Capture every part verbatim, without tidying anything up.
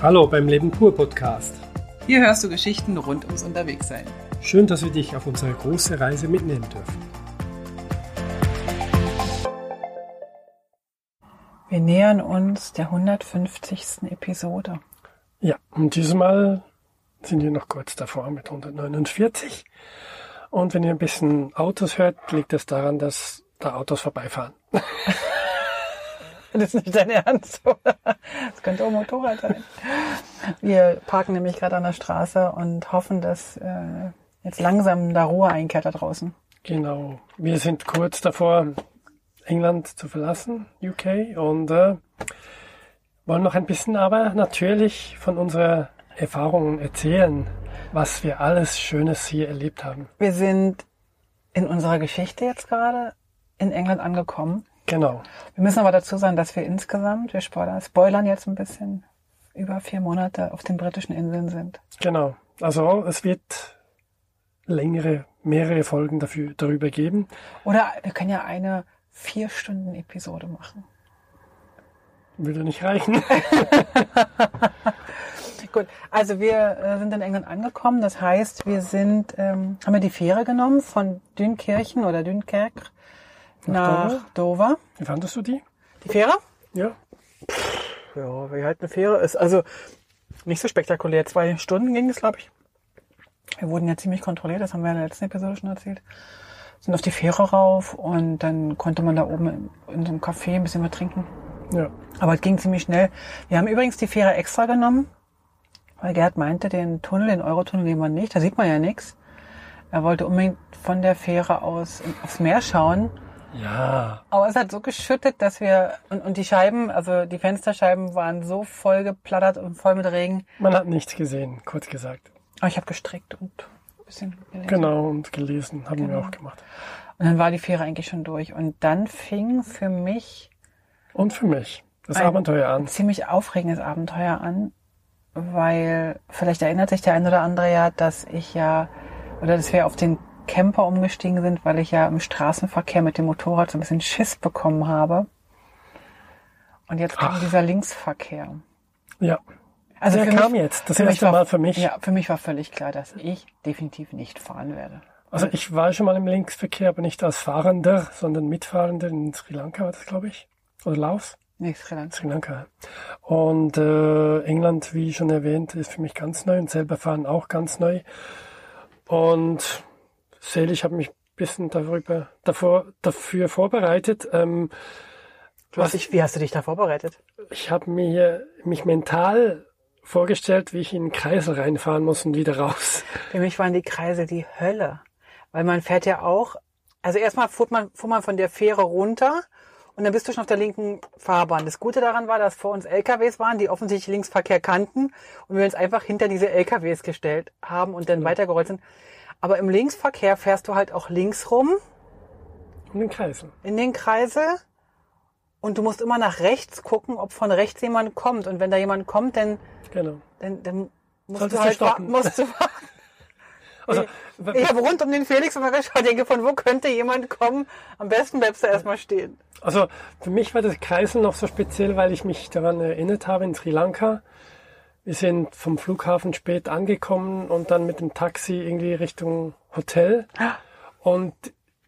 Hallo beim Leben pur Podcast. Hier hörst du Geschichten rund ums Unterwegssein. Schön, dass wir dich auf unsere große Reise mitnehmen dürfen. Wir nähern uns der hundertfünfzigsten Episode. Ja, und dieses Mal sind wir noch kurz davor mit hundertneunundvierzig. Und wenn ihr ein bisschen Autos hört, liegt das daran, dass da Autos vorbeifahren. Das ist nicht dein Ernst, oder? Das könnte auch Motorrad sein. Wir parken nämlich gerade an der Straße und hoffen, dass äh, jetzt langsam da Ruhe einkehrt da draußen. Genau. Wir sind kurz davor, England zu verlassen, U K, und äh, wollen noch ein bisschen aber natürlich von unserer Erfahrungen erzählen, was wir alles Schönes hier erlebt haben. Wir sind in unserer Geschichte jetzt gerade in England angekommen. Genau. Wir müssen aber dazu sagen, dass wir insgesamt, wir spoilern jetzt ein bisschen, über vier Monate auf den britischen Inseln sind. Genau. Also es wird längere, mehrere Folgen dafür, darüber geben. Oder wir können ja eine vier Stunden Episode machen. Würde nicht reichen. Gut, also wir äh, sind in England angekommen. Das heißt, wir sind, ähm, haben wir die Fähre genommen von Dünkirchen oder Dünkerk nach, nach Dover. Dover. Wie fandest du die? Die Fähre? Ja. Ja, wie halt eine Fähre ist. Also nicht so spektakulär. Zwei Stunden ging es, glaube ich. Wir wurden ja ziemlich kontrolliert, das haben wir in der letzten Episode schon erzählt. Sind auf die Fähre rauf und dann konnte man da oben in, in so einem Café ein bisschen was trinken. Ja. Aber es ging ziemlich schnell. Wir haben übrigens die Fähre extra genommen, weil Gerd meinte, den Tunnel, den Eurotunnel nehmen wir nicht, da sieht man ja nichts. Er wollte unbedingt von der Fähre aus aufs Meer schauen. Ja. Aber es hat so geschüttet, dass wir, und, und die Scheiben, also die Fensterscheiben waren so voll geplattert und voll mit Regen. Man hat nichts gesehen, kurz gesagt. Aber ich habe gestrickt und ein bisschen gelesen. Genau, und gelesen, haben genau. wir auch gemacht. Und dann war die Fähre eigentlich schon durch. Und dann fing für mich... Und für mich das ein Abenteuer an. Ein ziemlich aufregendes Abenteuer an, weil vielleicht erinnert sich der ein oder andere ja, dass ich ja, oder dass wir auf den Camper umgestiegen sind, weil ich ja im Straßenverkehr mit dem Motorrad so ein bisschen Schiss bekommen habe. Und jetzt kam Ach. dieser Linksverkehr. Ja. Also der kam mich, jetzt, das erste Mal für mich. Ja, für mich war völlig klar, dass ich definitiv nicht fahren werde. Also ich war schon mal im Linksverkehr, aber nicht als Fahrender, sondern Mitfahrender. In Sri Lanka war das, glaube ich. Oder Laos? Nee, Sri Lanka. Sri Lanka. Und äh, England, wie schon erwähnt, ist für mich ganz neu und selber fahren auch ganz neu. Und Sel, ich habe mich ein bisschen darüber, davor, dafür vorbereitet. Ähm, du hast dich, wie hast du dich da vorbereitet? Ich habe mir mich mental vorgestellt, wie ich in den Kreisel reinfahren muss und wieder raus. Für mich waren die Kreisel die Hölle. Weil man fährt ja auch, also erstmal fuhr man, fuhr man von der Fähre runter und dann bist du schon auf der linken Fahrbahn. Das Gute daran war, dass vor uns L K Ws waren, die offensichtlich Linksverkehr kannten und wir uns einfach hinter diese L K Ws gestellt haben und dann ja. weitergerollt sind. Aber im Linksverkehr fährst du halt auch links rum. In den Kreisel. In den Kreisel. Und du musst immer nach rechts gucken, ob von rechts jemand kommt. Und wenn da jemand kommt, dann, genau. dann, dann musst Solltest du halt du stoppen. Musst du also, ich ich habe rund um den Felix immer geschaut, denke, von wo könnte jemand kommen? Am besten bleibst du erstmal stehen. Also für mich war das Kreisel noch so speziell, weil ich mich daran erinnert habe in Sri Lanka. Wir sind vom Flughafen spät angekommen und dann mit dem Taxi irgendwie Richtung Hotel. Und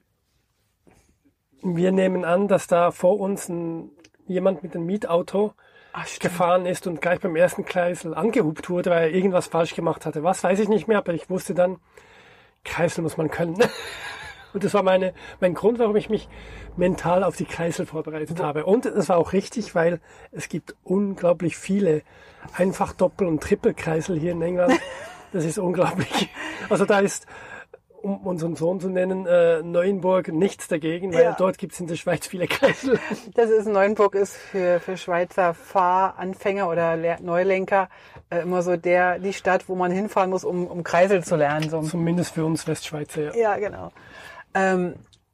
wir nehmen an, dass da vor uns ein, jemand mit einem Mietauto Ach, gefahren ist und gleich beim ersten Kreisel angehupt wurde, weil er irgendwas falsch gemacht hatte. Was, weiß ich nicht mehr, aber ich wusste dann, Kreisel muss man können. Und das war meine, mein Grund, warum ich mich mental auf die Kreisel vorbereitet habe. Und es war auch richtig, weil es gibt unglaublich viele Einfach-, Doppel- und Triple-Kreisel hier in England. Das ist unglaublich. Also da ist, um unseren Sohn zu nennen, äh, Neuenburg nichts dagegen, weil ja. dort gibt es in der Schweiz viele Kreisel. Das ist, Neuenburg ist für, für Schweizer Fahranfänger oder Le- Neulenker äh, immer so der, die Stadt, wo man hinfahren muss, um, um Kreisel zu lernen. So. Zumindest für uns Westschweizer, ja. Ja, genau. Ähm,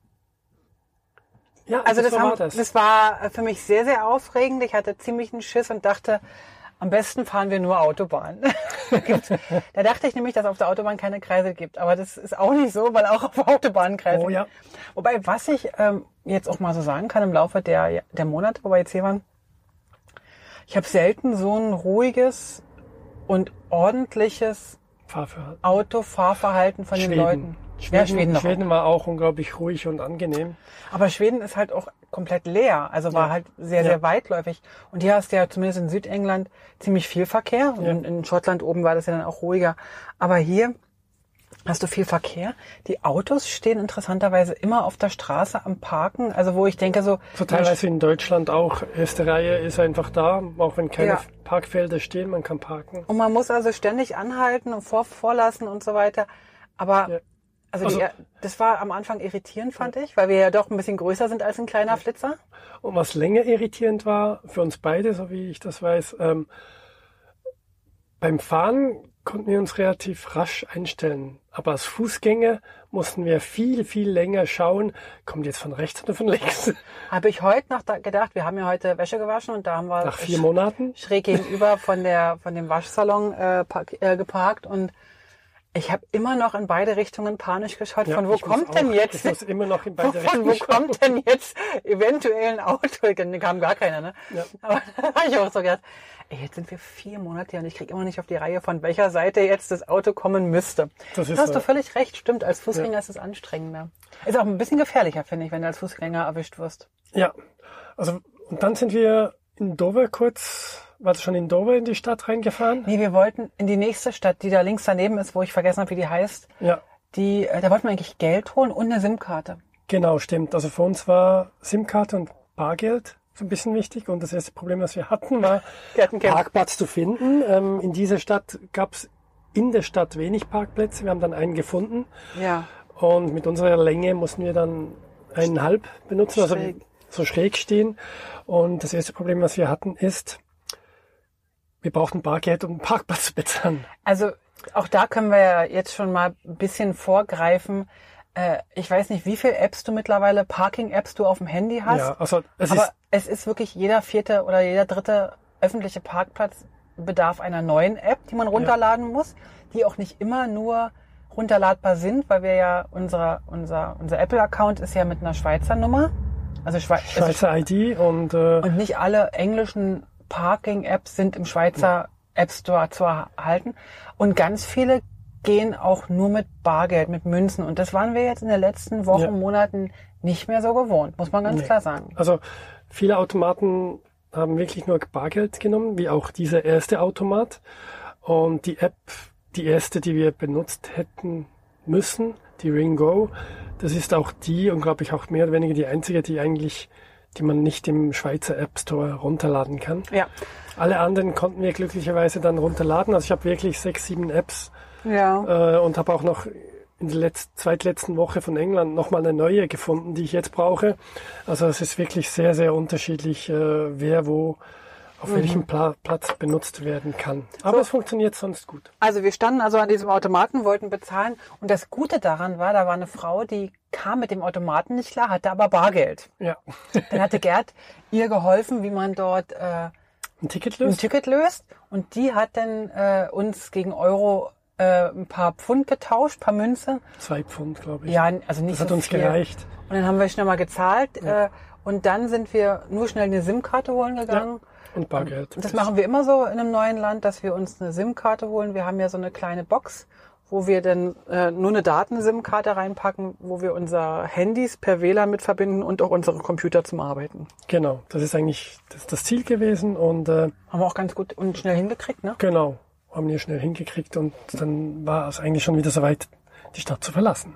ja, also das, so haben, war das. das war für mich sehr, sehr aufregend. Ich hatte ziemlich einen Schiss und dachte, am besten fahren wir nur Autobahn. Da dachte ich nämlich, dass auf der Autobahn keine Kreisel gibt. Aber das ist auch nicht so, weil auch auf der Autobahn Kreisel. Oh ja. Wobei, was ich ähm, jetzt auch mal so sagen kann im Laufe der, der Monate, wo wir jetzt hier waren, ich habe selten so ein ruhiges und ordentliches Fahrverhalten. Autofahrverhalten von Schweden. den Leuten. Schweden, ja, Schweden, Schweden war auch unglaublich ruhig und angenehm. Aber Schweden ist halt auch komplett leer, also war ja. halt sehr, sehr ja. weitläufig. Und hier hast du ja zumindest in Südengland ziemlich viel Verkehr. Ja. In, in Schottland oben war das ja dann auch ruhiger. Aber hier hast du viel Verkehr. Die Autos stehen interessanterweise immer auf der Straße am Parken. Also wo ich denke so... So teilweise in Deutschland auch. Erste Reihe ist einfach da, auch wenn keine ja. Parkfelder stehen, man kann parken. Und man muss also ständig anhalten und vor, vorlassen und so weiter. Aber... Ja. Also, die, also das war am Anfang irritierend, fand ja. ich, weil wir ja doch ein bisschen größer sind als ein kleiner ja. Flitzer. Und was länger irritierend war, für uns beide, so wie ich das weiß, ähm, beim Fahren konnten wir uns relativ rasch einstellen. Aber als Fußgänger mussten wir viel, viel länger schauen, kommt jetzt von rechts oder von links. Habe ich heute noch da gedacht, wir haben ja heute Wäsche gewaschen und da haben wir nach vier Monaten schräg gegenüber von der von dem Waschsalon äh, park, äh, geparkt und ich habe immer noch in beide Richtungen panisch geschaut. Ja, von wo kommt auch, denn jetzt? Ich muss immer noch in beide Richtungen. Von wo kommt denn jetzt eventuell ein Auto? Da kam gar keiner, ne? Ja. Aber da habe ich auch so gedacht, ey, jetzt sind wir vier Monate hier und ich kriege immer nicht auf die Reihe, von welcher Seite jetzt das Auto kommen müsste. Das ist da hast so. du völlig recht, stimmt. Als Fußgänger ja. ist es anstrengender. Ist auch ein bisschen gefährlicher, finde ich, wenn du als Fußgänger erwischt wirst. Ja, also und dann sind wir in Dover kurz... Warst du schon in Dover in die Stadt reingefahren? Nee, wir wollten in die nächste Stadt, die da links daneben ist, wo ich vergessen habe, wie die heißt. Ja. Die, da wollten wir eigentlich Geld holen und eine SIM-Karte. Genau, stimmt. Also für uns war SIM-Karte und Bargeld so ein bisschen wichtig. Und das erste Problem, was wir hatten, war, Parkplatz zu finden. Ähm, in dieser Stadt gab es in der Stadt wenig Parkplätze. Wir haben dann einen gefunden. Ja. Und mit unserer Länge mussten wir dann eineinhalb benutzen, schräg. also so schräg stehen. Und das erste Problem, was wir hatten, ist, wir brauchten Bargeld, um einen Parkplatz zu bezahlen. Also auch da können wir ja jetzt schon mal ein bisschen vorgreifen. Äh, ich weiß nicht, wie viele Apps du mittlerweile, Parking-Apps du auf dem Handy hast. Ja, also es aber ist es ist wirklich jeder vierte oder jeder dritte öffentliche Parkplatz bedarf einer neuen App, die man runterladen ja. muss, die auch nicht immer nur runterladbar sind, weil wir ja unser unser unser Apple-Account ist ja mit einer Schweizer Nummer, also Schwe- Schweizer also, I D und äh, und nicht alle englischen Parking-Apps sind im Schweizer App Store zu erhalten. Und ganz viele gehen auch nur mit Bargeld, mit Münzen. Und das waren wir jetzt in den letzten Wochen, ja. Monaten nicht mehr so gewohnt, muss man ganz nee. klar sagen. Also viele Automaten haben wirklich nur Bargeld genommen, wie auch dieser erste Automat. Und die App, die erste, die wir benutzt hätten müssen, die Ringo, das ist auch die und glaube ich auch mehr oder weniger die einzige, die eigentlich die man nicht im Schweizer App Store runterladen kann. Ja. Alle anderen konnten wir glücklicherweise dann runterladen. Also ich habe wirklich sechs, sieben Apps ja. äh, und habe auch noch in der letzt, zweitletzten Woche von England nochmal eine neue gefunden, die ich jetzt brauche. Also es ist wirklich sehr, sehr unterschiedlich, äh, wer wo auf mhm. welchem Pla- Platz benutzt werden kann. Aber so. Es funktioniert sonst gut. Also wir standen also an diesem Automaten, wollten bezahlen und das Gute daran war, da war eine Frau, die kam mit dem Automaten nicht klar, hatte aber Bargeld. Ja. Dann hatte Gerd ihr geholfen, wie man dort äh, ein Ticket löst. Ein Ticket löst und die hat dann äh, uns gegen Euro äh, ein paar Pfund getauscht, paar Münze. Zwei Pfund, glaube ich. Ja, also nicht das hat so uns viel. gereicht. Und dann haben wir schnell mal gezahlt ja. äh, und dann sind wir nur schnell eine SIM-Karte holen gegangen. Ja. Und Bargeld. Das machen wir immer so in einem neuen Land, dass wir uns eine SIM-Karte holen. Wir haben ja so eine kleine Box, wo wir dann äh, nur eine Daten-SIM-Karte reinpacken, wo wir unser Handys per W L A N mit verbinden und auch unsere Computer zum Arbeiten. Genau, das ist eigentlich das, das Ziel gewesen und äh, haben wir auch ganz gut und schnell hingekriegt, ne? Genau, haben wir schnell hingekriegt und dann war es eigentlich schon wieder soweit, die Stadt zu verlassen.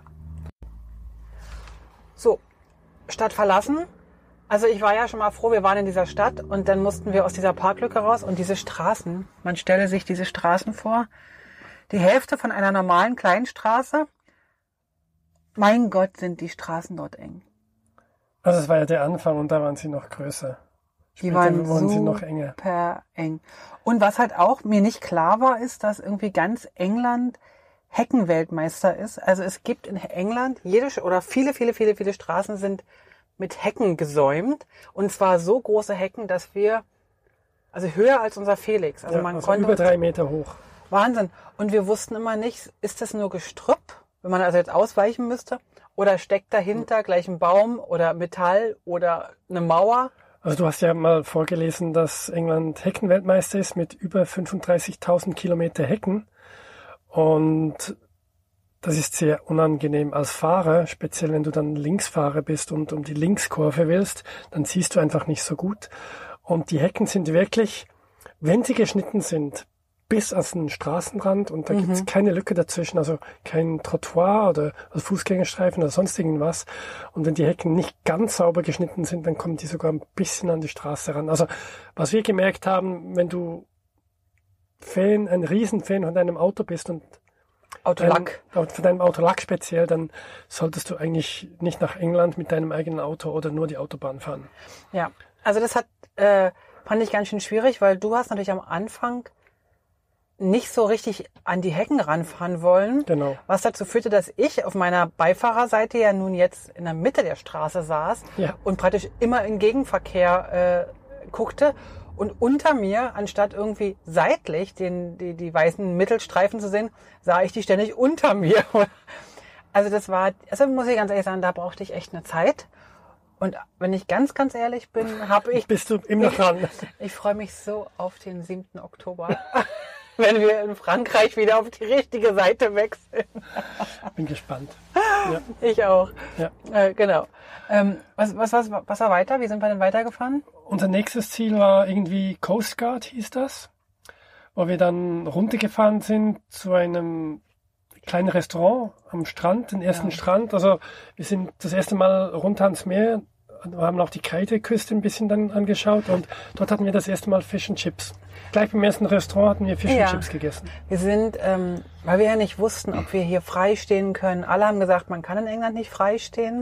So, Stadt verlassen. Also ich war ja schon mal froh, wir waren in dieser Stadt und dann mussten wir aus dieser Parklücke raus und diese Straßen, man stelle sich diese Straßen vor, die Hälfte von einer normalen kleinen Straße, mein Gott, sind die Straßen dort eng. Also es war ja der Anfang und da waren sie noch größer. Die waren wurden super sie noch enger. eng. Und was halt auch mir nicht klar war, ist, dass irgendwie ganz England Heckenweltmeister ist. Also es gibt in England jede oder viele, viele, viele, viele Straßen sind mit Hecken gesäumt. Und zwar so große Hecken, dass wir, also höher als unser Felix. Also ja, man also konnte über drei Meter hoch. Wahnsinn. Und wir wussten immer nicht, ist das nur Gestrüpp, wenn man also jetzt ausweichen müsste? Oder steckt dahinter gleich ein Baum oder Metall oder eine Mauer? Also du hast ja mal vorgelesen, dass England Heckenweltmeister ist mit über fünfunddreißigtausend Kilometer Hecken. Und das ist sehr unangenehm als Fahrer, speziell wenn du dann Linksfahrer bist und um die Linkskurve willst, dann siehst du einfach nicht so gut. Und die Hecken sind wirklich, wenn sie geschnitten sind, bis an den Straßenrand und da mhm. gibt es keine Lücke dazwischen, also kein Trottoir oder also Fußgängerstreifen oder sonst irgendwas. Und wenn die Hecken nicht ganz sauber geschnitten sind, dann kommen die sogar ein bisschen an die Straße ran. Also was wir gemerkt haben, wenn du Fan, ein Riesenfan von deinem Auto bist und Autolack. Dein, von deinem Autolack speziell, dann solltest du eigentlich nicht nach England mit deinem eigenen Auto oder nur die Autobahn fahren. Ja, also das hat äh, fand ich ganz schön schwierig, weil du hast natürlich am Anfang nicht so richtig an die Hecken ranfahren wollen. Genau. Was dazu führte, dass ich auf meiner Beifahrerseite ja nun jetzt in der Mitte der Straße saß ja. und praktisch immer in Gegenverkehr äh, guckte. Und unter mir, anstatt irgendwie seitlich den, die, die weißen Mittelstreifen zu sehen, sah ich die ständig unter mir. Also das war, also muss ich ganz ehrlich sagen, da brauchte ich echt eine Zeit. Und wenn ich ganz, ganz ehrlich bin, habe ich... Bist du immer dran? Ich, ich freue mich so auf den siebten Oktober, wenn wir in Frankreich wieder auf die richtige Seite wechseln. Bin gespannt. Ja. Ich auch. Ja. Äh, genau. Ähm, was, was, was, was war weiter? Wie sind wir denn weitergefahren? Unser nächstes Ziel war irgendwie Coast Guard, hieß das, wo wir dann runtergefahren sind zu einem kleinen Restaurant am Strand, den ersten ja. Strand. Also wir sind das erste Mal runter ans Meer, wir haben auch die Kreideküste ein bisschen dann angeschaut und dort hatten wir das erste Mal Fish and Chips. Gleich beim ersten Restaurant hatten wir Fish ja. and Chips gegessen. Wir sind, ähm, weil wir ja nicht wussten, ob wir hier frei stehen können. Alle haben gesagt, man kann in England nicht frei stehen.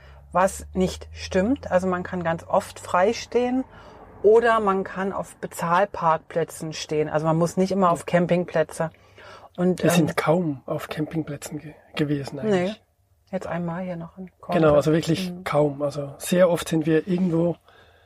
Was nicht stimmt. Also man kann ganz oft frei stehen oder man kann auf Bezahlparkplätzen stehen. Also man muss nicht immer auf Campingplätze. Und, Wir ähm, sind kaum auf Campingplätzen ge- gewesen eigentlich. Nee, jetzt einmal hier noch in Cornwall. Genau, also wirklich mhm. kaum. Also sehr oft sind wir irgendwo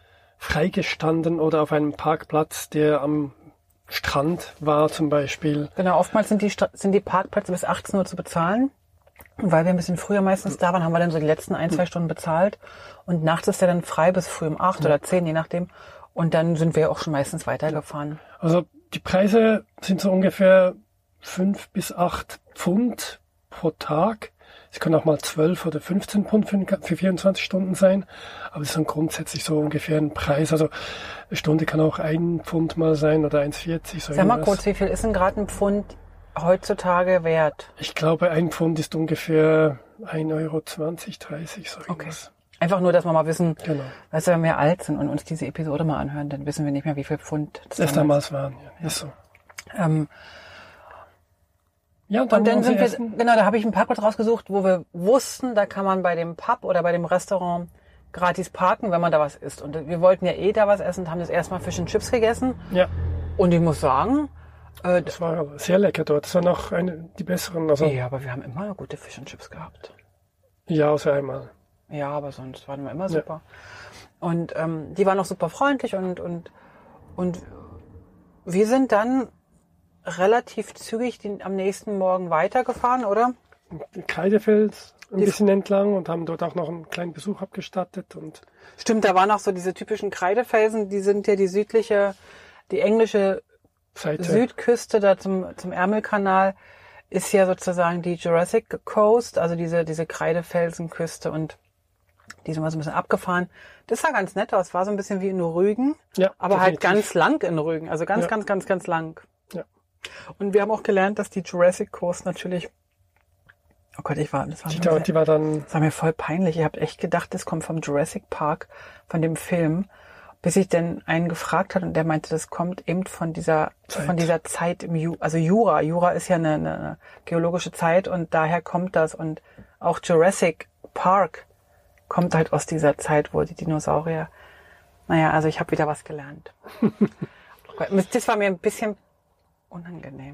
freigestanden oder auf einem Parkplatz, der am Strand war zum Beispiel. Genau, oftmals sind die, sind die Parkplätze bis achtzehn Uhr zu bezahlen. Und weil wir ein bisschen früher meistens da waren, haben wir dann so die letzten ein, zwei Stunden bezahlt. Und nachts ist der dann frei bis früh um acht ja. oder zehn, je nachdem. Und dann sind wir auch schon meistens weitergefahren. Also die Preise sind so ungefähr fünf bis acht Pfund pro Tag. Es können auch mal zwölf oder fünfzehn Pfund für, für vierundzwanzig Stunden sein. Aber es ist dann grundsätzlich so ungefähr ein Preis. Also eine Stunde kann auch ein Pfund mal sein oder eins Komma vierzig. So Sag mal kurz, wie viel ist denn gerade ein Pfund heutzutage wert? Ich glaube, ein Pfund ist ungefähr ein Euro zwanzig, dreißig, so irgendwas. Okay. Einfach nur, dass wir mal wissen, genau. weißt du, wenn wir alt sind und uns diese Episode mal anhören, dann wissen wir nicht mehr, wie viel Pfund das, das damals waren. Ja, ist so. Ähm, ja, und dann, und dann sind wir, ersten... genau, da habe ich einen Parkplatz rausgesucht, wo wir wussten, da kann man bei dem Pub oder bei dem Restaurant gratis parken, wenn man da was isst. Und wir wollten ja eh da was essen und haben das erstmal Fish and Chips gegessen. Ja. Und ich muss sagen, Äh, das war sehr lecker dort. Das war noch eine, die besseren. Also ja, aber wir haben immer gute Fish and Chips gehabt. Ja, außer einmal. Ja, aber sonst waren wir immer super. Ja. Und ähm, die waren auch super freundlich und, und, und wir sind dann relativ zügig den, am nächsten Morgen weitergefahren, oder? Kreidefeld ein die bisschen entlang und haben dort auch noch einen kleinen Besuch abgestattet. Und stimmt, da waren auch so diese typischen Kreidefelsen, die sind ja die südliche, die englische Seite. Südküste da zum, zum Ärmelkanal ist ja sozusagen die Jurassic Coast, also diese, diese Kreidefelsenküste und die sind mal so ein bisschen abgefahren. Das sah ganz nett aus, war so ein bisschen wie in Rügen, ja, aber definitiv. halt ganz lang in Rügen, also ganz, ja. ganz, ganz, ganz lang. Ja. Und wir haben auch gelernt, dass die Jurassic Coast natürlich, oh Gott, ich war, das war, die, sehr, die war dann, das war mir voll peinlich. Ich habe echt gedacht, das kommt vom Jurassic Park, von dem Film. Bis ich denn einen gefragt hat und der meinte, das kommt eben von dieser Zeit. von dieser Zeit im Ju, also Jura. Jura ist ja eine, eine geologische Zeit und daher kommt das. Und auch Jurassic Park kommt halt aus dieser Zeit, wo die Dinosaurier. Naja, also ich habe wieder was gelernt. Das war mir ein bisschen unangenehm.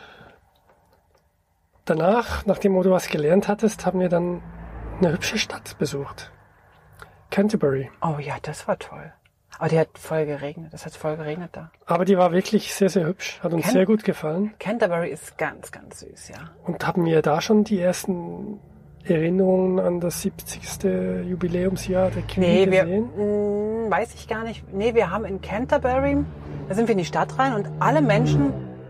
Danach, nachdem du was gelernt hattest, haben wir dann eine hübsche Stadt besucht. Canterbury. Oh ja, das war toll. Aber die hat voll geregnet. Das hat voll geregnet da. Aber die war wirklich sehr, sehr hübsch. Hat uns Can- sehr gut gefallen. Canterbury ist ganz, ganz süß, ja. Und haben wir da schon die ersten Erinnerungen an das siebzigste Jubiläumsjahr der Queen Nee, wir, gesehen? mh, weiß ich gar nicht. Nee, wir haben in Canterbury, da sind wir in die Stadt rein und alle Menschen,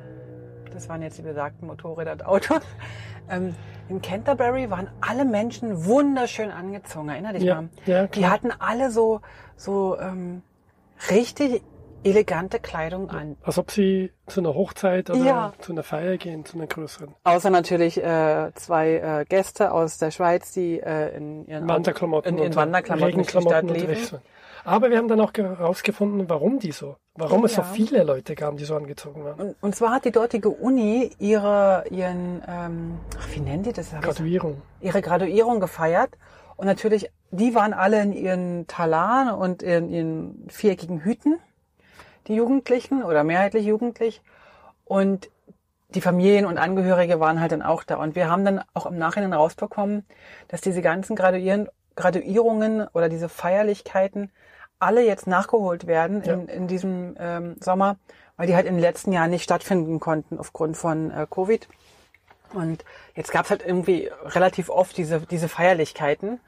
das waren jetzt die besagten Motorräder und Autos, ähm, in Canterbury waren alle Menschen wunderschön angezogen. Erinner dich Ja, mal? ja, Die klar. hatten alle so, so ähm, richtig elegante Kleidung an. Als ob sie zu einer Hochzeit oder Ja. zu einer Feier gehen, zu einer größeren. Außer natürlich äh, zwei äh, Gäste aus der Schweiz, die äh, in ihren Wanderklamotten in, in und Wanderklamotten durch die Stadt Regenklamotten liefen. unterwegs waren. Aber wir haben dann auch herausgefunden, warum die so, warum es so Ja. viele Leute gab, die so angezogen waren. Und, und zwar hat die dortige Uni ihre, ihren, ähm, ach, wie nennen die das? Hab ich- Graduierung. ihre Graduierung gefeiert. Und natürlich, die waren alle in ihren Talaren und in ihren viereckigen Hüten, die Jugendlichen oder mehrheitlich jugendlich. Und die Familien und Angehörige waren halt dann auch da. Und wir haben dann auch im Nachhinein rausbekommen, dass diese ganzen Graduieren, Graduierungen oder diese Feierlichkeiten alle jetzt nachgeholt werden Ja. in, in diesem ähm, Sommer, weil die halt in den letzten Jahren nicht stattfinden konnten aufgrund von äh, Covid. Und jetzt gab's halt irgendwie relativ oft diese, diese Feierlichkeiten.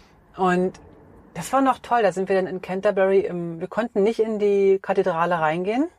Und das war noch toll. Da sind wir dann in Canterbury im, wir konnten nicht in die Kathedrale reingehen.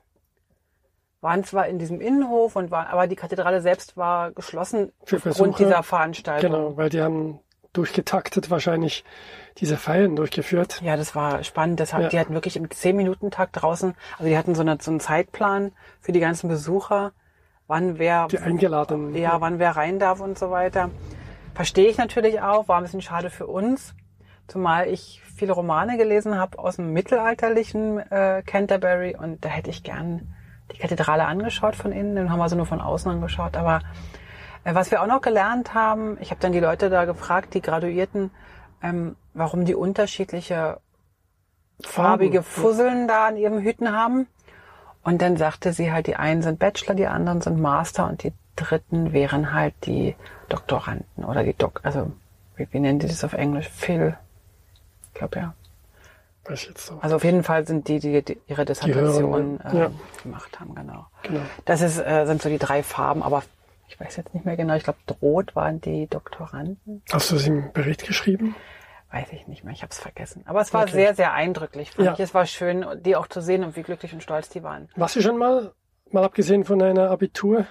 Waren zwar in diesem Innenhof und waren, aber die Kathedrale selbst war geschlossen Für aufgrund Besucher. dieser Veranstaltung. Genau, weil die haben durchgetaktet wahrscheinlich diese Feiern durchgeführt. Ja, das war spannend. Das hat, Ja. Die hatten wirklich im zehn-Minuten-Takt draußen, also die hatten so, eine, so einen Zeitplan für die ganzen Besucher, wann wer, Die Eingeladenen. ja, wann wer rein darf und so weiter. Verstehe ich natürlich auch, war ein bisschen schade für uns, zumal ich viele Romane gelesen habe aus dem mittelalterlichen äh, Canterbury und da hätte ich gern die Kathedrale angeschaut von innen, den haben wir so nur von außen angeschaut, aber äh, was wir auch noch gelernt haben, ich habe dann die Leute da gefragt, die Graduierten, ähm, warum die unterschiedliche farbige Fusseln da an ihren Hüten haben. Und dann sagte sie halt, die einen sind Bachelor, die anderen sind Master und die dritten wären halt die Doktoranden oder die Dok, also wie, wie nennen die das auf Englisch? Phil. Ich glaube ja. Weiß ich jetzt so. Also auf jeden Fall sind die, die, die ihre Dissertation höheren, äh, ja. gemacht haben, genau. Genau. Das ist, äh, sind so die drei Farben, aber ich weiß jetzt nicht mehr genau. Ich glaube, rot waren die Doktoranden. Hast du es im Bericht geschrieben? Weiß ich nicht mehr, ich habe es vergessen. Aber es war Okay. sehr, sehr eindrücklich, fand Ja. ich. Es war schön, die auch zu sehen und wie glücklich und stolz die waren. Warst du schon mal, mal abgesehen von einer Abitur,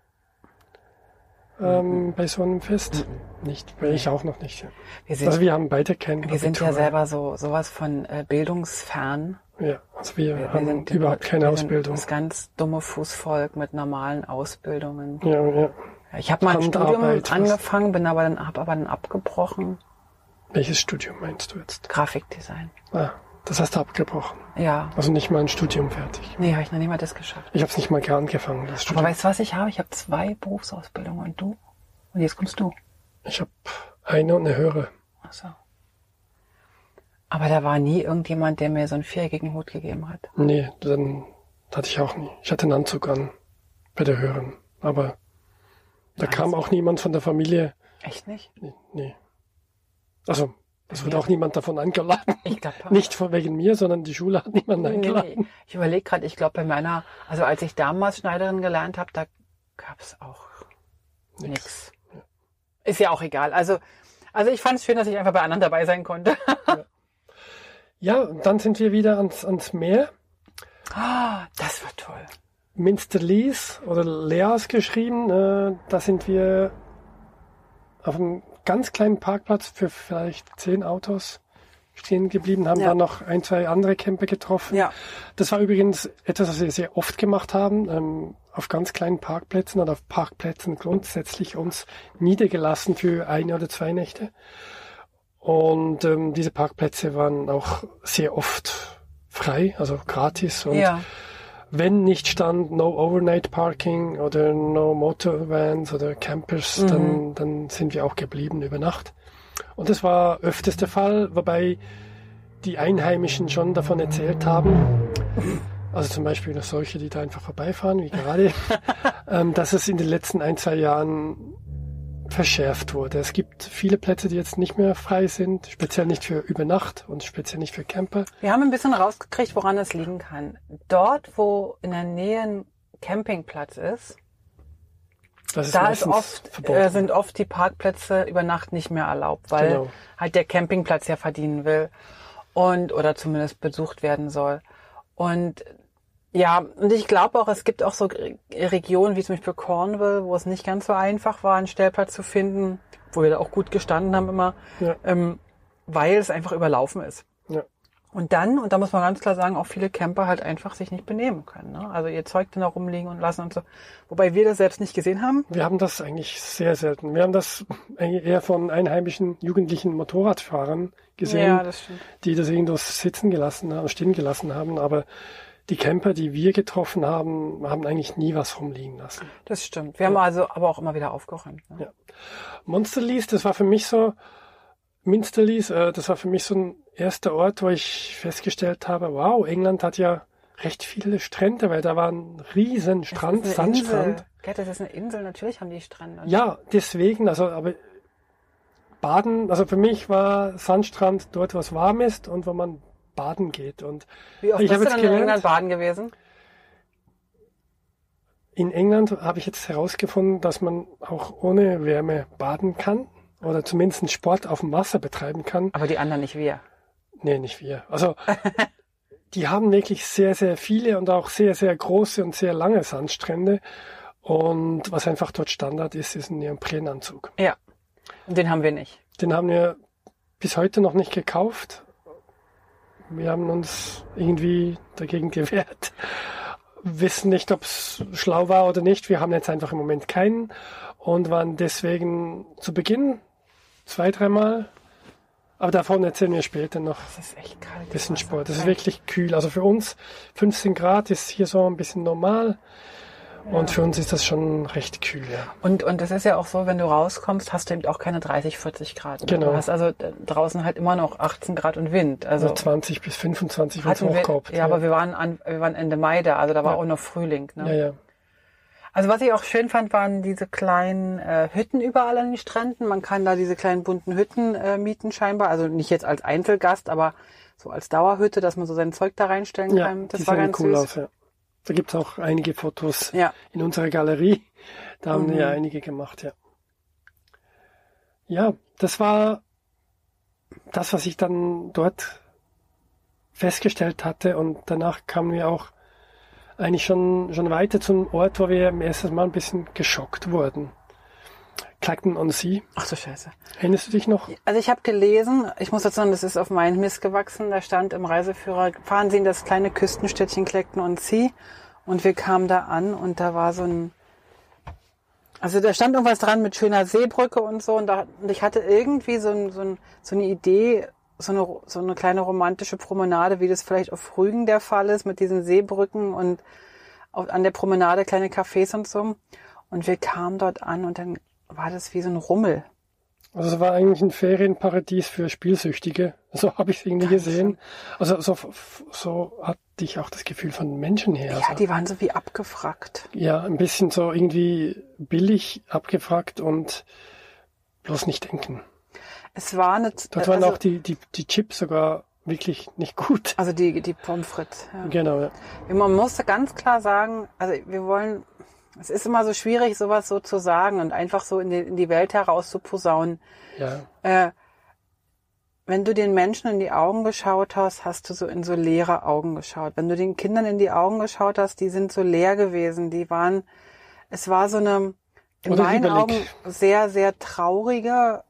ähm, Mhm. bei so einem Fest? Nicht, weil ich auch noch nicht. Wir sind, Also wir haben beide kein wir sind ja Abitur. selber so sowas von äh, bildungsfern. Ja, also wir, Wir, haben wir sind überhaupt keine wir Ausbildung. Sind das ganz dumme Fußvolk mit normalen Ausbildungen. Ja, ja. Ich habe mal ein Studium Handarbeit, was- angefangen, bin aber dann habe aber dann abgebrochen. Welches Studium meinst du jetzt? Grafikdesign. Ah, das hast du abgebrochen. Ja. Also nicht mal ein Studium fertig. Nee, habe ich noch nicht mal das geschafft. Ich habe es nicht mal gar angefangen, das Aber Studium. weißt du, was ich habe? Ich habe zwei Berufsausbildungen und du? Und jetzt kommst du. Ich habe eine und eine höhere. Ach so. Aber da war nie irgendjemand, der mir so einen viereckigen Hut gegeben hat. Nee, dann hatte ich auch nie. Ich hatte einen Anzug an bei der höheren. Aber da Nice. kam auch niemand von der Familie. Echt nicht? Nee. nee. Also, es wurde Ja. auch niemand davon eingeladen. Ich glaube Nicht von wegen mir, sondern die Schule hat niemanden Nee, eingeladen. nee. Ich überlege gerade, ich glaube bei meiner, also als ich damals Schneiderin gelernt habe, da gab's auch Nix. nix. Ist ja auch egal. Also, also ich fand es schön, dass ich einfach bei anderen dabei sein konnte. Ja, und dann sind wir wieder ans, ans Meer. Ah, das war toll. Minster Lees oder Leas geschrieben. Äh, da sind wir auf einem ganz kleinen Parkplatz für vielleicht zehn Autos stehen geblieben, haben Ja. dann noch ein, zwei andere Camper getroffen. Ja. Das war übrigens etwas, was wir sehr oft gemacht haben, ähm, auf ganz kleinen Parkplätzen oder auf Parkplätzen grundsätzlich uns niedergelassen für eine oder zwei Nächte. Und ähm, diese Parkplätze waren auch sehr oft frei, also gratis. Und Ja. wenn nicht stand No Overnight Parking oder No Motorvans oder Campers, Mhm. dann, dann sind wir auch geblieben über Nacht. Und das war öfters der Fall, wobei die Einheimischen schon davon erzählt haben, also zum Beispiel noch solche, die da einfach vorbeifahren, wie gerade, ähm, dass es in den letzten ein, zwei Jahren verschärft wurde. Es gibt viele Plätze, die jetzt nicht mehr frei sind, speziell nicht für über Nacht und speziell nicht für Camper. Wir haben ein bisschen rausgekriegt, woran es liegen kann. Dort, wo in der Nähe ein Campingplatz ist, Das ist da ist oft, äh, sind oft die Parkplätze über Nacht nicht mehr erlaubt, weil genau. halt der Campingplatz ja verdienen will und oder zumindest besucht werden soll. Und ja, und ich glaube auch, es gibt auch so Regionen wie zum Beispiel Cornwall, wo es nicht ganz so einfach war, einen Stellplatz zu finden, wo wir da auch gut gestanden haben immer, ja. ähm, weil es einfach überlaufen ist. Ja. Und dann, und da muss man ganz klar sagen, auch viele Camper halt einfach sich nicht benehmen können. Ne? Also ihr Zeug dann da rumliegen und lassen und so. Wobei wir das selbst nicht gesehen haben. Wir haben das eigentlich sehr selten. Wir haben das eigentlich eher von einheimischen jugendlichen Motorradfahrern gesehen, ja, das stimmt. Die das irgendwo sitzen gelassen haben, stehen gelassen haben. Aber die Camper, die wir getroffen haben, haben eigentlich nie was rumliegen lassen. Das stimmt. Wir ja. haben also aber auch immer wieder aufgeräumt. Ne? Ja. Monsterlease, das war für mich so, Minsterlease, äh, das war für mich so ein erster Ort, wo ich festgestellt habe, wow, England hat ja recht viele Strände, weil da war ein riesen Strand, Sandstrand. Ja, das ist eine Insel, natürlich haben die Strände. Ja, deswegen, also aber Baden, also für mich war Sandstrand dort, was warm ist und wo man baden geht. Und wie oft ich bist du jetzt dann gelernt, in England baden gewesen? In England habe ich jetzt herausgefunden, dass man auch ohne Wärme baden kann oder zumindest einen Sport auf dem Wasser betreiben kann. Aber die anderen nicht wir. Nee, nicht wir. Also die haben wirklich sehr, sehr viele und auch sehr, sehr große und sehr lange Sandstrände. Und was einfach dort Standard ist, ist ein Neoprenanzug. Ja, und den haben wir nicht. Den haben wir bis heute noch nicht gekauft. Wir haben uns irgendwie dagegen gewehrt. Wissen nicht, ob es schlau war oder nicht. Wir haben jetzt einfach im Moment keinen und waren deswegen zu Beginn zwei, dreimal. Aber davon erzählen wir später noch. Das ist echt kalt. Ein bisschen Sport. Das ist wirklich kühl. Also für uns fünfzehn Grad ist hier so ein bisschen normal. Ja. Und für uns ist das schon recht kühl, ja. Und, und das ist ja auch so, wenn du rauskommst, hast du eben auch keine dreißig, vierzig Grad. Genau. Du hast also draußen halt immer noch achtzehn Grad und Wind. Also, also zwanzig bis fünfundzwanzig, wenn es hochkommt. Ja, ja, aber wir waren, an, wir waren Ende Mai da, also da war ja auch noch Frühling. Ne? Ja, ja. Also was ich auch schön fand, waren diese kleinen äh, Hütten überall an den Stränden. Man kann da diese kleinen bunten Hütten äh, mieten scheinbar. Also nicht jetzt als Einzelgast, aber so als Dauerhütte, dass man so sein Zeug da reinstellen ja, kann. Das die war sehen ganz cool süß. aus, ja. Da gibt's auch einige Fotos ja. in unserer Galerie. Da haben Mhm. wir ja einige gemacht, ja. Ja, das war das, was ich dann dort festgestellt hatte. Und danach kamen wir auch eigentlich schon, schon weiter zum Ort, wo wir im ersten Mal ein bisschen geschockt wurden. Clacton-on-Sea. Ach du Scheiße. Erinnerst du dich noch? Also ich habe gelesen, ich muss dazu sagen, das ist auf meinen Mist gewachsen, da stand im Reiseführer, fahren Sie in das kleine Küstenstädtchen Clacton-on-Sea und wir kamen da an und da war so ein, also da stand irgendwas dran mit schöner Seebrücke und so und, da, und ich hatte irgendwie so, ein, so, ein, so eine Idee, so eine, so eine kleine romantische Promenade, wie das vielleicht auf Rügen der Fall ist, mit diesen Seebrücken und auf, an der Promenade kleine Cafés und so. Und wir kamen dort an und dann war das wie so ein Rummel. Also es war eigentlich ein Ferienparadies für Spielsüchtige. So habe ich es irgendwie gesehen. Also so, so hatte ich auch das Gefühl von Menschen her. Ja, also, die waren so wie abgefrackt. Ja, ein bisschen so irgendwie billig abgefrackt und bloß nicht denken. Es war eine... Dort waren also, auch die, die, die Chips sogar wirklich nicht gut. Also die, die Pommes frites. Ja. Genau, ja. Man musste ganz klar sagen, also wir wollen... Es ist immer so schwierig, sowas so zu sagen und einfach so in die, in die Welt heraus zu posaunen. Ja. Äh, wenn du den Menschen in die Augen geschaut hast, hast du so in so leere Augen geschaut. Wenn du den Kindern in die Augen geschaut hast, die sind so leer gewesen. Die waren, es war so eine, in Oder meinen Überblick. Augen, sehr, sehr traurige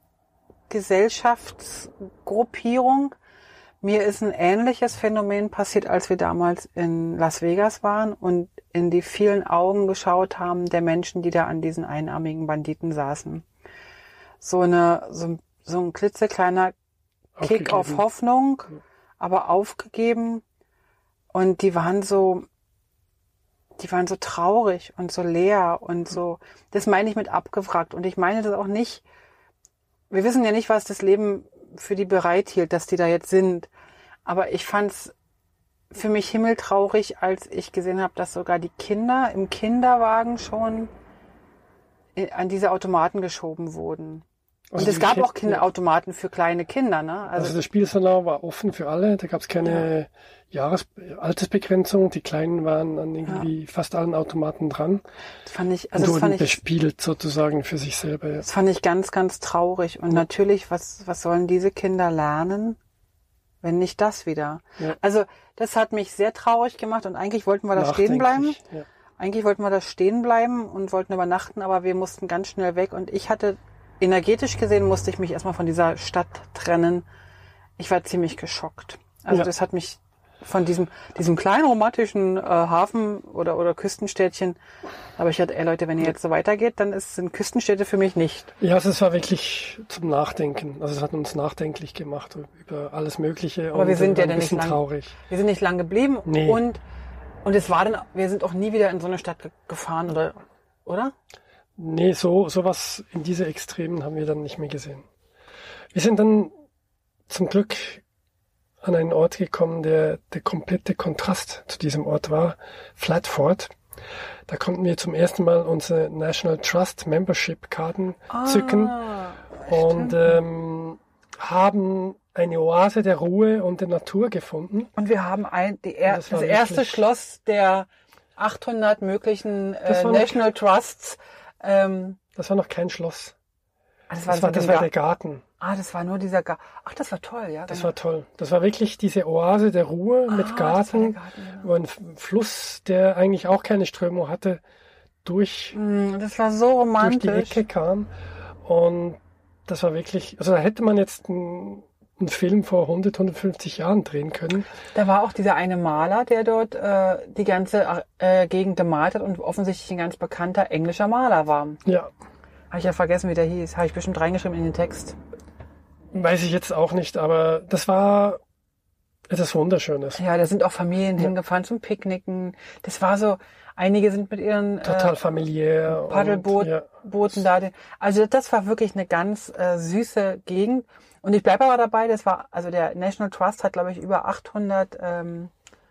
Gesellschaftsgruppierung. Mir ist ein ähnliches Phänomen passiert, als wir damals in Las Vegas waren und in die vielen Augen geschaut haben der Menschen, die da an diesen einarmigen Banditen saßen. So eine, so, so ein klitzekleiner Kick auf Hoffnung, aber aufgegeben. Und die waren so, die waren so traurig und so leer und so, das meine ich mit abgewrackt. Und ich meine das auch nicht, wir wissen ja nicht, was das Leben für die bereithielt, dass die da jetzt sind. Aber ich fand's für mich himmeltraurig, als ich gesehen habe, dass sogar die Kinder im Kinderwagen schon an diese Automaten geschoben wurden. Also und es gab auch Kinderautomaten für kleine Kinder, ne? Also, also das Spielsalon war offen für alle, da gab es keine ja. Jahres Altersbegrenzung, die Kleinen waren an irgendwie ja. fast allen Automaten dran. Das fand ich, also und das fand wurden bespielt sozusagen für sich selber. Ja. Das fand ich ganz, ganz traurig. Und ja. natürlich, was, was sollen diese Kinder lernen, wenn nicht das wieder? Ja. Also das hat mich sehr traurig gemacht und eigentlich wollten wir da stehen bleiben. Ja. Eigentlich wollten wir da stehen bleiben und wollten übernachten, aber wir mussten ganz schnell weg und ich hatte energetisch gesehen musste ich mich erstmal von dieser Stadt trennen. Ich war ziemlich geschockt. Also ja. das hat mich von diesem diesem kleinen romantischen äh, Hafen oder oder Küstenstädtchen. Aber ich hatte, ey Leute, wenn ihr jetzt so weitergeht, dann ist, sind Küstenstädte für mich nicht. Ja, also es war wirklich zum Nachdenken. Also es hat uns nachdenklich gemacht über alles Mögliche. Aber und wir sind ja ein dann nicht lang, traurig. Wir sind nicht lang geblieben nee. und und es war dann, wir sind auch nie wieder in so eine Stadt ge- gefahren oder oder? Nee, so sowas in diese Extremen haben wir dann nicht mehr gesehen. Wir sind dann zum Glück an einen Ort gekommen, der der komplette Kontrast zu diesem Ort war, Flatford. Da konnten wir zum ersten Mal unsere National Trust Membership Karten ah, zücken und ähm, haben eine Oase der Ruhe und der Natur gefunden. Und wir haben ein, die er, das, das erste Schloss der achthundert möglichen äh, National noch, Trusts. Ähm, das war noch kein Schloss. Das war, das war, das war der Garten. Ah, das war nur dieser Garten. Ach, das war toll, ja. Das genau. war toll. Das war wirklich diese Oase der Ruhe ah, mit Garten, Garten genau. wo ein Fluss, der eigentlich auch keine Strömung hatte, durch, mm, das war so romantisch. durch die Ecke kam. Und das war wirklich, also da hätte man jetzt ein einen Film vor hundert, hundertfünfzig Jahren drehen können. Da war auch dieser eine Maler, der dort äh, die ganze äh, Gegend gemalt hat und offensichtlich ein ganz bekannter englischer Maler war. Ja. Habe ich ja vergessen, wie der hieß. Habe ich bestimmt reingeschrieben in den Text. Weiß ich jetzt auch nicht, aber das war etwas Wunderschönes. Ja, da sind auch Familien ja. hingefahren zum Picknicken. Das war so, einige sind mit ihren total äh, familiär Paddelbooten ja. da. Also das war wirklich eine ganz äh, süße Gegend. Und ich bleibe aber dabei, das war, also der National Trust hat, glaube ich, über achthundert ähm,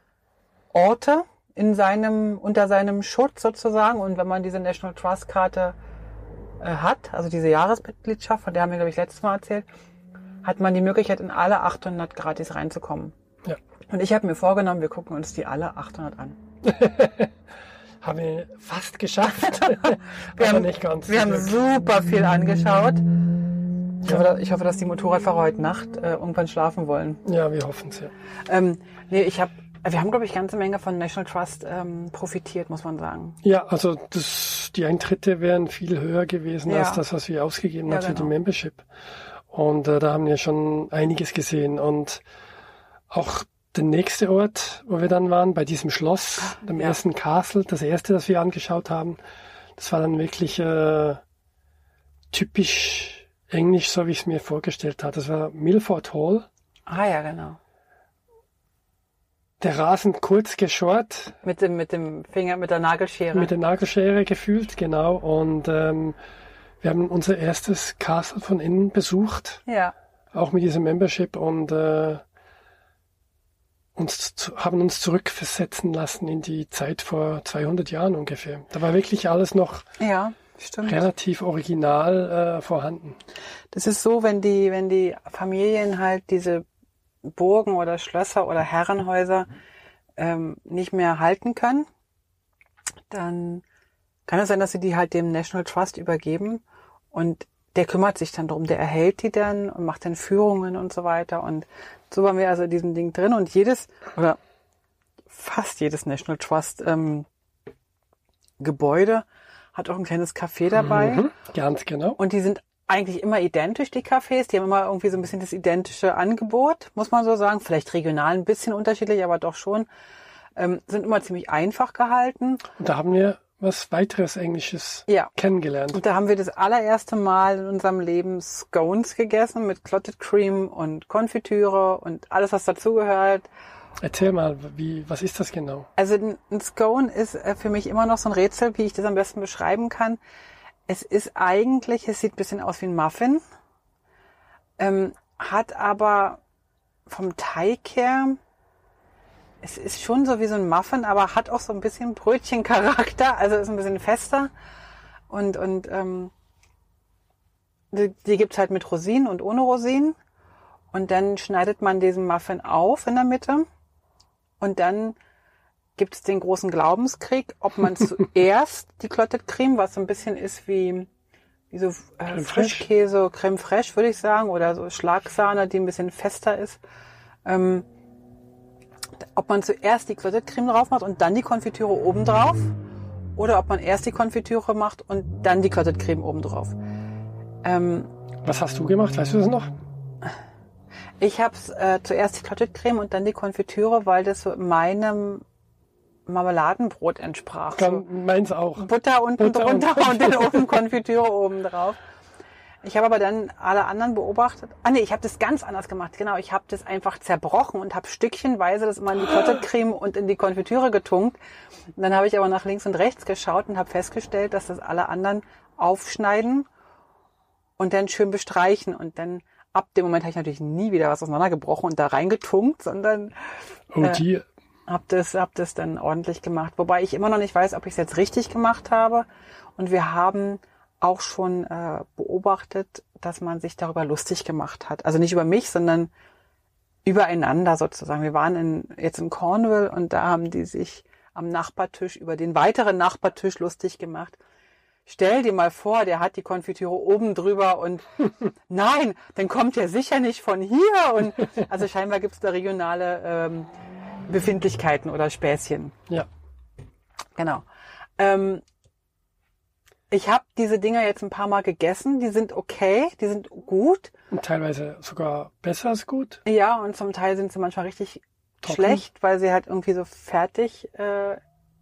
Orte in seinem, unter seinem Schutz sozusagen. Und wenn man diese National Trust Karte äh, hat, also diese Jahresmitgliedschaft, von der haben wir, glaube ich, letztes Mal erzählt, hat man die Möglichkeit, in alle achthundert gratis reinzukommen. Ja. Und ich habe mir vorgenommen, wir gucken uns die alle achthundert an. Haben wir fast geschafft. wir aber haben, nicht ganz. Wir haben super viel angeschaut. Ich hoffe, ich hoffe, dass die Motorradfahrer heute Nacht äh, irgendwann schlafen wollen. Ja, wir hoffen es, ja. Ähm, nee, ich habe, wir haben, glaube ich, ganze Menge von National Trust ähm, profitiert, muss man sagen. Ja, also das, die Eintritte wären viel höher gewesen ja. als das, was wir ausgegeben ja, haben für genau. die Membership. Und äh, da haben wir schon einiges gesehen. Und auch der nächste Ort, wo wir dann waren, bei diesem Schloss, dem ja. ersten Castle, das erste, das wir angeschaut haben, das war dann wirklich äh, typisch Englisch, so wie ich es mir vorgestellt habe. Das war Milford Hall. Ah ja, genau. Der Rasen kurz geschort. Mit dem, mit dem Finger, mit der Nagelschere. Mit der Nagelschere gefühlt, genau. Und ähm, wir haben unser erstes Castle von innen besucht. Ja. Auch mit dieser Membership und äh, uns zu, haben uns zurückversetzen lassen in die Zeit vor zweihundert Jahren ungefähr. Da war wirklich alles noch... Ja. Stimmt. Relativ original äh, vorhanden. Das ist so, wenn die, wenn die Familien halt diese Burgen oder Schlösser oder Herrenhäuser ähm, nicht mehr halten können, dann kann es sein, dass sie die halt dem National Trust übergeben und der kümmert sich dann drum, der erhält die dann und macht dann Führungen und so weiter und so waren wir also in diesem Ding drin und jedes oder fast jedes National Trust ähm, Gebäude hat auch ein kleines Café dabei. Mhm, ganz genau. Und die sind eigentlich immer identisch, die Cafés. Die haben immer irgendwie so ein bisschen das identische Angebot, muss man so sagen. Vielleicht regional ein bisschen unterschiedlich, aber doch schon. Ähm, sind immer ziemlich einfach gehalten. Und da haben wir was weiteres Englisches ja. kennengelernt. Und da haben wir das allererste Mal in unserem Leben Scones gegessen mit Clotted Cream und Konfitüre und alles, was dazugehört. Erzähl mal, wie, was ist das genau? Also ein Scone ist für mich immer noch so ein Rätsel, wie ich das am besten beschreiben kann. Es ist eigentlich, es sieht ein bisschen aus wie ein Muffin, ähm, hat aber vom Teig her, es ist schon so wie so ein Muffin, aber hat auch so ein bisschen Brötchencharakter, also ist ein bisschen fester und und ähm, die, die gibt's halt mit Rosinen und ohne Rosinen. Und dann schneidet man diesen Muffin auf in der Mitte. Und dann gibt's den großen Glaubenskrieg, ob man zuerst die Clotted Cream, was so ein bisschen ist wie, wie so äh, Frischkäse, Creme fraiche, würde ich sagen, oder so Schlagsahne, die ein bisschen fester ist. Ähm, ob man zuerst die Clotted Cream drauf macht und dann die Konfitüre oben drauf. Oder ob man erst die Konfitüre macht und dann die Clotted Cream oben drauf. Ähm, Was hast du gemacht? Weißt du das noch? Ich habe äh, zuerst die Clotted Creme und dann die Konfitüre, weil das so meinem Marmeladenbrot entsprach. Dann so meins auch. Butter unten Butter drunter und, und dann oben Konfitüre oben drauf. Ich habe aber dann alle anderen beobachtet. Ah nee, ich habe das ganz anders gemacht. Genau, ich habe das einfach zerbrochen und habe stückchenweise das immer in die Clotted Creme und in die Konfitüre getunkt. Und dann habe ich aber nach links und rechts geschaut und habe festgestellt, dass das alle anderen aufschneiden und dann schön bestreichen. Und dann ab dem Moment habe ich natürlich nie wieder was auseinandergebrochen und da reingetunkt, sondern oh, die. äh, habe das, hab das dann ordentlich gemacht. Wobei ich immer noch nicht weiß, ob ich es jetzt richtig gemacht habe. Und wir haben auch schon äh, beobachtet, dass man sich darüber lustig gemacht hat. Also nicht über mich, sondern übereinander sozusagen. Wir waren in, jetzt in Cornwall und da haben die sich am Nachbartisch über den weiteren Nachbartisch lustig gemacht. Stell dir mal vor, der hat die Konfitüre oben drüber und nein, dann kommt der sicher nicht von hier. Und also scheinbar gibt es da regionale ähm, Befindlichkeiten oder Späßchen. Ja. Genau. Ähm, Ich habe diese Dinger jetzt ein paar Mal gegessen. Die sind okay, die sind gut. Und teilweise sogar besser als gut. Ja, und zum Teil sind sie manchmal richtig Trocken. schlecht, weil sie halt irgendwie so fertig äh,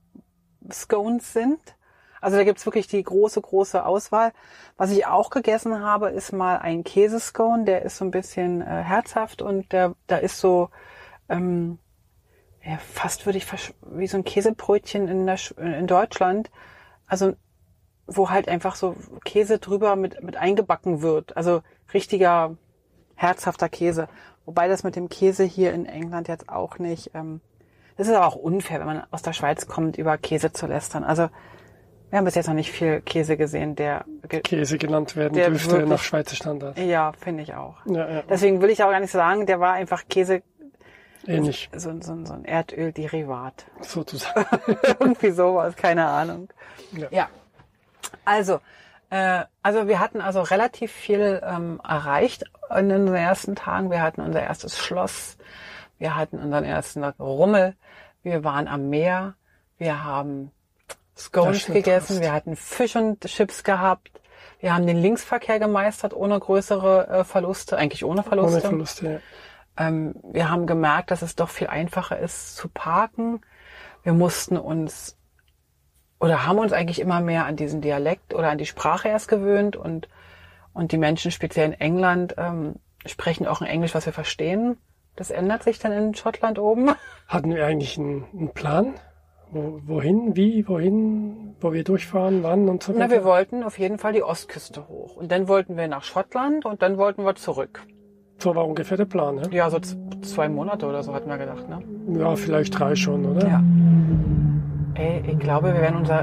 Scones sind. Also da gibt's wirklich die große, große Auswahl. Was ich auch gegessen habe, ist mal ein Käsescone. Der ist so ein bisschen äh, herzhaft und der, da ist so ähm, ja, fast würde ich versch- wie so ein Käsebrötchen in, der Sch- in Deutschland. Also wo halt einfach so Käse drüber mit, mit eingebacken wird. Also richtiger, herzhafter Käse. Wobei das mit dem Käse hier in England jetzt auch nicht, ähm, das ist aber auch unfair, wenn man aus der Schweiz kommt, über Käse zu lästern. Also wir haben bis jetzt noch nicht viel Käse gesehen, der ge- Käse genannt werden der dürfte wirklich- nach Schweizer Standard. Ja, finde ich auch. Ja, ja. Deswegen will ich auch gar nicht sagen, der war einfach Käse, Ähnlich, so, so, so ein Erdöl-Derivat. sozusagen. Irgendwie sowas, keine Ahnung. Ja. Ja. Also, äh, also wir hatten also relativ viel ähm, erreicht in den ersten Tagen. Wir hatten unser erstes Schloss, wir hatten unseren ersten Rummel, wir waren am Meer, wir haben Scones gegessen, Toast. wir hatten Fisch und Chips gehabt, wir haben den Linksverkehr gemeistert ohne größere äh, Verluste, eigentlich ohne Verluste. Ohne Verluste, ja. Ähm, wir haben gemerkt, dass es doch viel einfacher ist zu parken. Wir mussten uns oder haben uns eigentlich immer mehr an diesen Dialekt oder an die Sprache erst gewöhnt und und die Menschen speziell in England ähm, sprechen auch ein Englisch, was wir verstehen. Das ändert sich dann in Schottland oben. Hatten wir eigentlich einen, einen Plan? Wo, wohin, wie, wohin, wo wir durchfahren, wann und so weiter? Na, wir wollten auf jeden Fall die Ostküste hoch und dann wollten wir nach Schottland und dann wollten wir zurück. So war ungefähr der Plan, ne? Ja, so z- zwei Monate oder so hatten wir gedacht, ne? Ja, vielleicht drei schon, oder? Ja. Ey, ich glaube, wir werden unser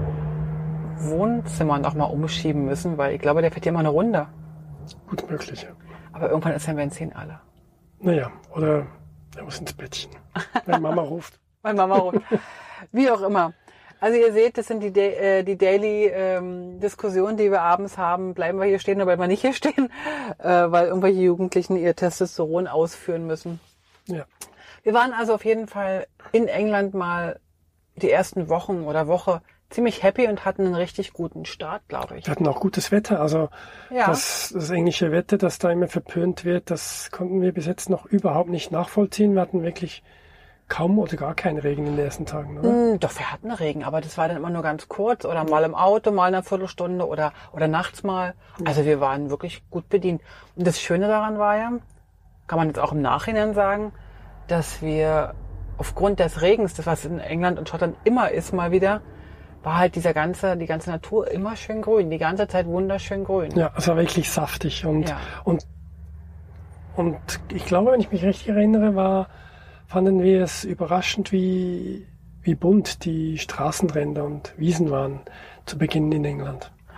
Wohnzimmer noch mal umschieben müssen, weil ich glaube, der fährt hier immer eine Runde. Gut möglich, ja. Aber irgendwann ist sein Benzin alle. Naja, oder er muss ins Bettchen, wenn Mama ruft. Meine Mama ruft. Wie auch immer. Also ihr seht, das sind die, Da- äh, die Daily ähm, Diskussionen, die wir abends haben. Bleiben wir hier stehen oder bleiben wir nicht hier stehen, äh, weil irgendwelche Jugendlichen ihr Testosteron ausführen müssen. Ja. Wir waren also auf jeden Fall in England mal die ersten Wochen oder Woche ziemlich happy und hatten einen richtig guten Start, glaube ich. Wir hatten auch gutes Wetter, also Ja. das, das englische Wetter, das da immer verpönt wird, das konnten wir bis jetzt noch überhaupt nicht nachvollziehen. Wir hatten wirklich kaum oder gar keinen Regen in den ersten Tagen, oder? Hm, doch, wir hatten Regen, aber das war dann immer nur ganz kurz oder mal im Auto, mal eine Viertelstunde oder, oder nachts mal. Also wir waren wirklich gut bedient. Und das Schöne daran war ja, kann man jetzt auch im Nachhinein sagen, dass wir aufgrund des Regens, das was in England und Schottland immer ist mal wieder, war halt dieser ganze, die ganze Natur immer schön grün, die ganze Zeit wunderschön grün. Ja, es war wirklich saftig und, Ja. und, und ich glaube, wenn ich mich richtig erinnere, war, fanden wir es überraschend, wie, wie bunt die Straßenränder und Wiesen waren zu Beginn in England.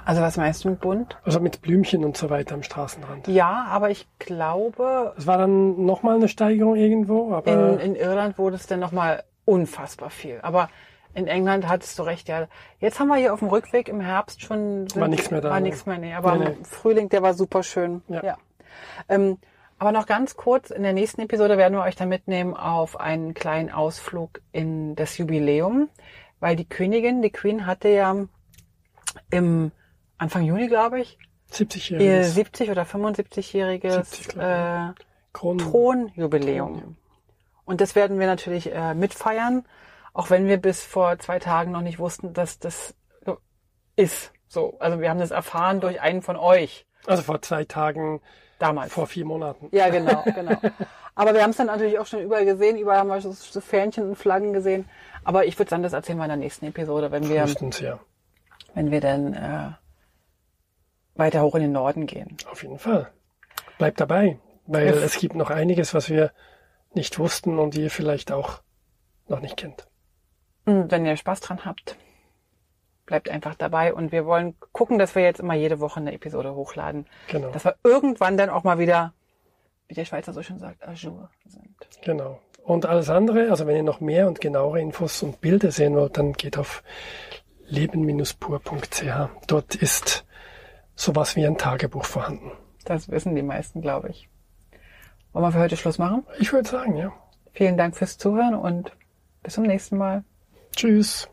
Also was meinst du mit bunt? Also mit Blümchen und so weiter am Straßenrand. Ja, aber ich glaube... Es war dann nochmal eine Steigerung irgendwo, aber... In, in Irland wurde es dann nochmal unfassbar viel. Aber in England hattest du recht, ja. Jetzt haben wir hier auf dem Rückweg im Herbst schon... Sind, war nichts mehr da. War ne? nichts mehr, nee. Aber nee, nee. im Frühling, der war super schön. Ja. ja. Ähm, aber noch ganz kurz, in der nächsten Episode werden wir euch dann mitnehmen auf einen kleinen Ausflug in das Jubiläum. Weil die Königin, die Queen hatte ja im Anfang Juni, glaube ich, ihr siebzig- oder fünfundsiebzigjähriges äh, Kron- Thronjubiläum. Kron- Und das werden wir natürlich äh, mitfeiern, auch wenn wir bis vor zwei Tagen noch nicht wussten, dass das so ist. So, also wir haben das erfahren durch einen von euch. Also vor zwei Tagen, damals. Vor vier Monaten. Ja, genau, genau. Aber wir haben es dann natürlich auch schon überall gesehen, überall haben wir so, so Fähnchen und Flaggen gesehen. Aber ich würde sagen, das erzählen wir in der nächsten Episode, wenn wir, Frühestens, ja. wenn wir dann äh, weiter hoch in den Norden gehen. Auf jeden Fall. Bleibt dabei, weil Ja. es gibt noch einiges, was wir nicht wussten und ihr vielleicht auch noch nicht kennt. Und wenn ihr Spaß dran habt, bleibt einfach dabei. Und wir wollen gucken, dass wir jetzt immer jede Woche eine Episode hochladen. Genau. Dass wir irgendwann dann auch mal wieder, wie der Schweizer so schön sagt, à jour sind. Genau. Und alles andere, also wenn ihr noch mehr und genauere Infos und Bilder sehen wollt, dann geht auf leben Bindestrich pur Punkt c h. Dort ist sowas wie ein Tagebuch vorhanden. Das wissen die meisten, glaube ich. Wollen wir für heute Schluss machen? Ich würde sagen, ja. Vielen Dank fürs Zuhören und bis zum nächsten Mal. Tschüss.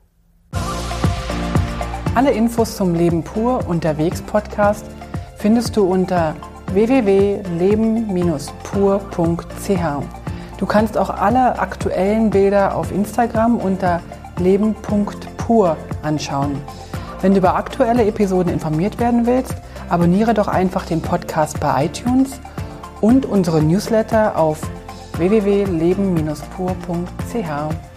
Alle Infos zum Leben pur unterwegs Podcast findest du unter w w w punkt leben Bindestrich pur Punkt c h. Du kannst auch alle aktuellen Bilder auf Instagram unter leben Punkt pur anschauen. Wenn du über aktuelle Episoden informiert werden willst, abonniere doch einfach den Podcast bei iTunes und unsere Newsletter auf w w w punkt leben Bindestrich pur Punkt c h.